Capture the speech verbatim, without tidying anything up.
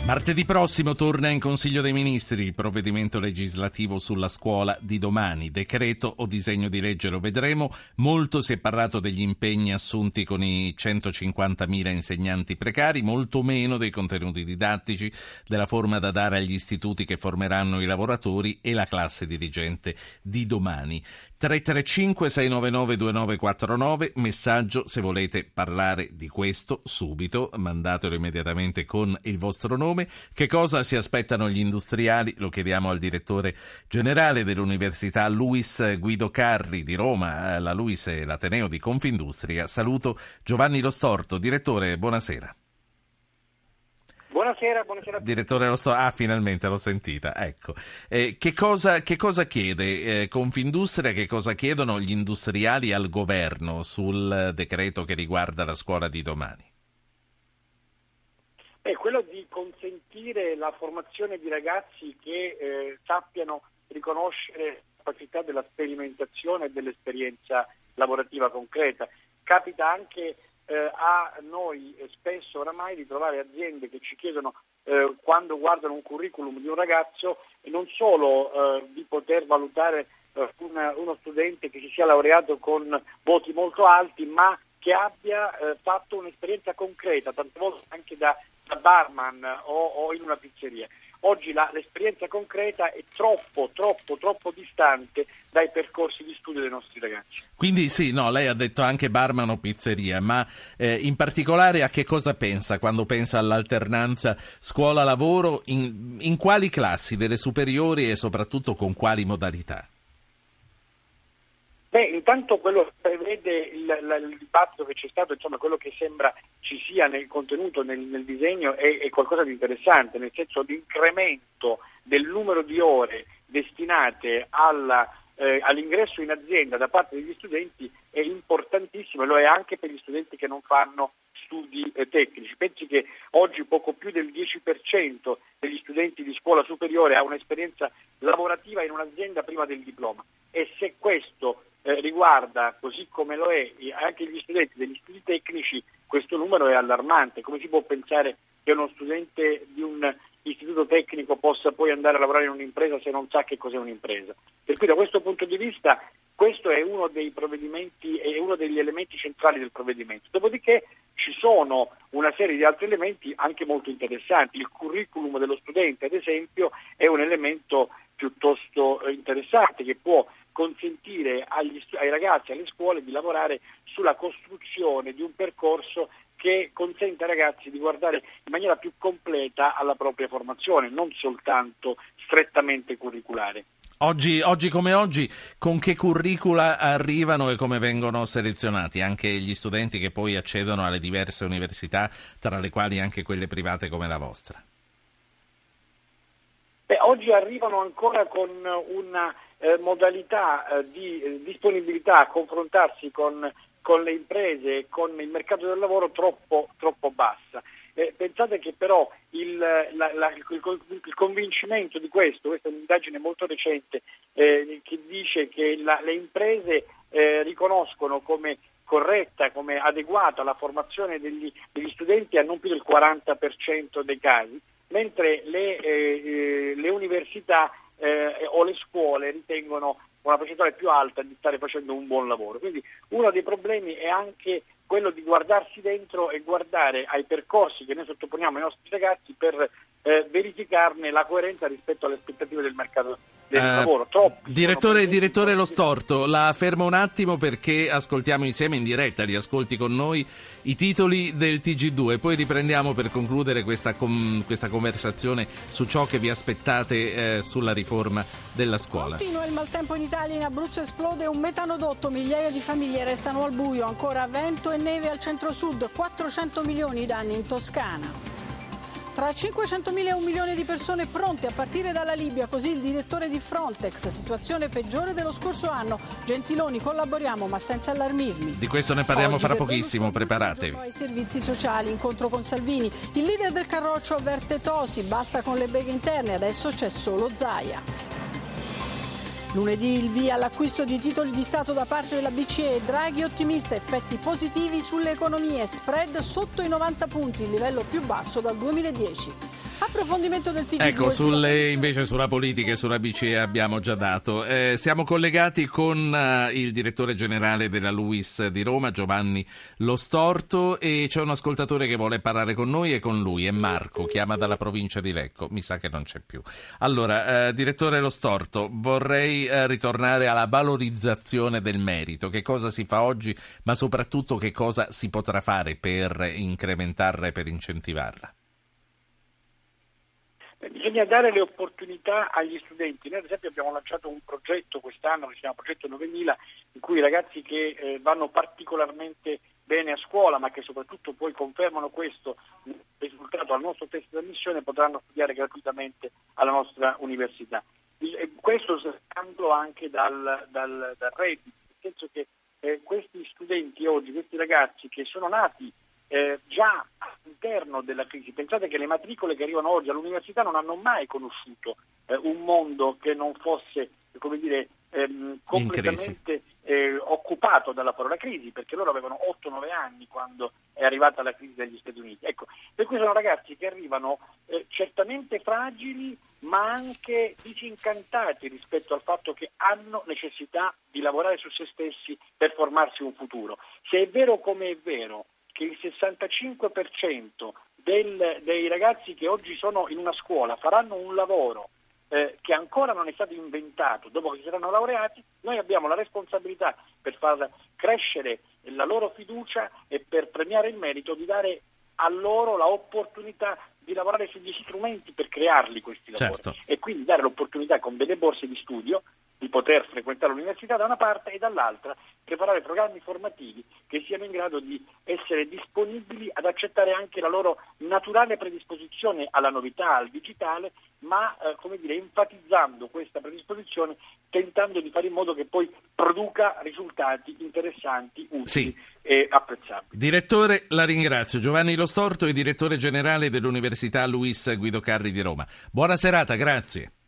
Martedì prossimo torna in Consiglio dei Ministri il provvedimento legislativo sulla scuola di domani. Decreto o disegno di legge lo vedremo. Molto si è parlato degli impegni assunti con i centocinquantamila insegnanti precari, molto meno dei contenuti didattici, della forma da dare agli istituti che formeranno i lavoratori e la classe dirigente di domani. tre tre cinque sei nove nove due nove quattro nove, messaggio se volete parlare di questo subito, mandatelo immediatamente con il vostro nome. Che cosa si aspettano gli industriali? Lo chiediamo al direttore generale dell'Università Luis Guido Carri di Roma. La Luis è l'Ateneo di Confindustria. Saluto Giovanni Lo Storto. Direttore, buonasera. Buonasera, buonasera. Direttore Lo Storto, ah, finalmente l'ho sentita, ecco. Eh, che cosa, che cosa chiede eh, Confindustria, che cosa chiedono gli industriali al governo sul decreto che riguarda la scuola di domani? È quello di consentire la formazione di ragazzi che eh, sappiano riconoscere la capacità della sperimentazione e dell'esperienza lavorativa concreta. Capita anche eh, a noi eh, spesso oramai di trovare aziende che ci chiedono eh, quando guardano un curriculum di un ragazzo non solo eh, di poter valutare eh, un, uno studente che si sia laureato con voti molto alti, ma che abbia eh, fatto un'esperienza concreta, tante volte anche da, da barman o, o in una pizzeria. Oggi la, l'esperienza concreta è troppo, troppo, troppo distante dai percorsi di studio dei nostri ragazzi. Quindi sì, no, lei ha detto anche barman o pizzeria, ma eh, in particolare a che cosa pensa quando pensa all'alternanza scuola-lavoro, in, in quali classi, delle superiori e soprattutto con quali modalità? Beh, intanto quello che prevede il, il, il dibattito che c'è stato, insomma quello che sembra ci sia nel contenuto, nel, nel disegno, è, è qualcosa di interessante, nel senso l'incremento del numero di ore destinate alla, eh, all'ingresso in azienda da parte degli studenti è importantissimo e lo è anche per gli studenti che non fanno studi eh, tecnici. Pensi che oggi poco più del dieci per cento degli studenti di scuola superiore ha un'esperienza lavorativa in un'azienda prima del diploma, e se questo eh, riguarda, così come lo è, anche gli studenti degli studi tecnici, questo numero è allarmante. Come si può pensare che uno studente di un istituto tecnico possa poi andare a lavorare in un'impresa se non sa che cos'è un'impresa? Per cui da questo punto di vista questo è uno dei provvedimenti, è uno degli elementi centrali del provvedimento. Dopodiché ci sono una serie di altri elementi anche molto interessanti. Il curriculum dello studente, ad esempio, è un elemento piuttosto interessante che può consentire agli, ai ragazzi, alle scuole di lavorare sulla costruzione di un percorso che consente ai ragazzi di guardare in maniera più completa alla propria formazione, non soltanto strettamente curriculare. Oggi, oggi come oggi, con che curricula arrivano e come vengono selezionati anche gli studenti che poi accedono alle diverse università, tra le quali anche quelle private come la vostra? Beh, oggi arrivano ancora con una eh, modalità eh, di eh, disponibilità a confrontarsi con, con le imprese e con il mercato del lavoro troppo, troppo bassa. Eh, pensate che però il, la, la, il, il convincimento di questo, questa è un'indagine molto recente eh, che dice che la, le imprese eh, riconoscono come corretta, come adeguata la formazione degli, degli studenti a non più del quaranta per cento dei casi, mentre le, eh, le università eh, o le scuole ritengono una percentuale più alta di stare facendo un buon lavoro. Quindi uno dei problemi è anche quello di guardarsi dentro e guardare ai percorsi che noi sottoponiamo ai nostri ragazzi per eh, verificarne la coerenza rispetto alle aspettative del mercato del uh, lavoro. Troppi direttore, direttore Lo Storto, la fermo un attimo perché ascoltiamo insieme in diretta, li ascolti con noi, i titoli del T G due, poi riprendiamo per concludere questa, com- questa conversazione su ciò che vi aspettate eh, sulla riforma della scuola. Continua il maltempo in Italia, in Abruzzo esplode un metanodotto, migliaia di famiglie restano al buio, ancora vento e neve al centro-sud, quattrocento milioni di danni in Toscana. Tra cinquecentomila e un milione di persone pronte a partire dalla Libia, così il direttore di Frontex, situazione peggiore dello scorso anno. Gentiloni, collaboriamo ma senza allarmismi. Di questo ne parliamo Oggi fra pochissimo, preparatevi. Ai servizi sociali, incontro con Salvini. Il leader del Carroccio avverte Tosi, basta con le beghe interne, adesso c'è solo Zaia. Lunedì il via all'acquisto di titoli di Stato da parte della B C E, Draghi ottimista, effetti positivi sulle economie, spread sotto i novanta punti, il livello più basso dal duemiladieci. Approfondimento del T G due. Ecco, sulle, invece sulla politica e sulla B C E abbiamo già dato. Eh, siamo collegati con uh, il direttore generale della LUISS di Roma, Giovanni Lo Storto, e c'è un ascoltatore che vuole parlare con noi e con lui, è Marco, chiama dalla provincia di Lecco, mi sa che non c'è più. Allora, eh, direttore Lo Storto, vorrei eh, ritornare alla valorizzazione del merito, che cosa si fa oggi, ma soprattutto che cosa si potrà fare per incrementarla e per incentivarla. Bisogna dare le opportunità agli studenti. Noi ad esempio abbiamo lanciato un progetto quest'anno che si chiama Progetto novemila, in cui i ragazzi che eh, vanno particolarmente bene a scuola, ma che soprattutto poi confermano questo risultato al nostro test di ammissione, potranno studiare gratuitamente alla nostra università. Il, questo scambio anche dal, dal, dal reddito, nel senso che eh, questi studenti oggi, questi ragazzi che sono nati Eh, già all'interno della crisi, pensate che le matricole che arrivano oggi all'università non hanno mai conosciuto eh, un mondo che non fosse, come dire, ehm, completamente eh, occupato dalla parola crisi, perché loro avevano otto nove anni quando è arrivata la crisi degli Stati Uniti. Ecco, per cui sono ragazzi che arrivano eh, certamente fragili, ma anche disincantati rispetto al fatto che hanno necessità di lavorare su se stessi per formarsi un futuro. Se è vero come è vero che il sessantacinque per cento del, dei ragazzi che oggi sono in una scuola faranno un lavoro eh, che ancora non è stato inventato dopo che si saranno laureati, noi abbiamo la responsabilità, per far crescere la loro fiducia e per premiare il merito, di dare a loro l'opportunità di lavorare sugli strumenti per crearli questi lavori. Certo. E quindi dare l'opportunità con delle borse di studio di poter frequentare l'università da una parte e dall'altra preparare programmi formativi che siano in grado di essere disponibili ad accettare anche la loro naturale predisposizione alla novità, al digitale, ma eh, come dire, enfatizzando questa predisposizione, tentando di fare in modo che poi produca risultati interessanti, utili sì. e apprezzabili. Direttore, la ringrazio. Giovanni Lo Storto è direttore generale dell'Università LUISS Guido Carri di Roma. Buona serata, grazie.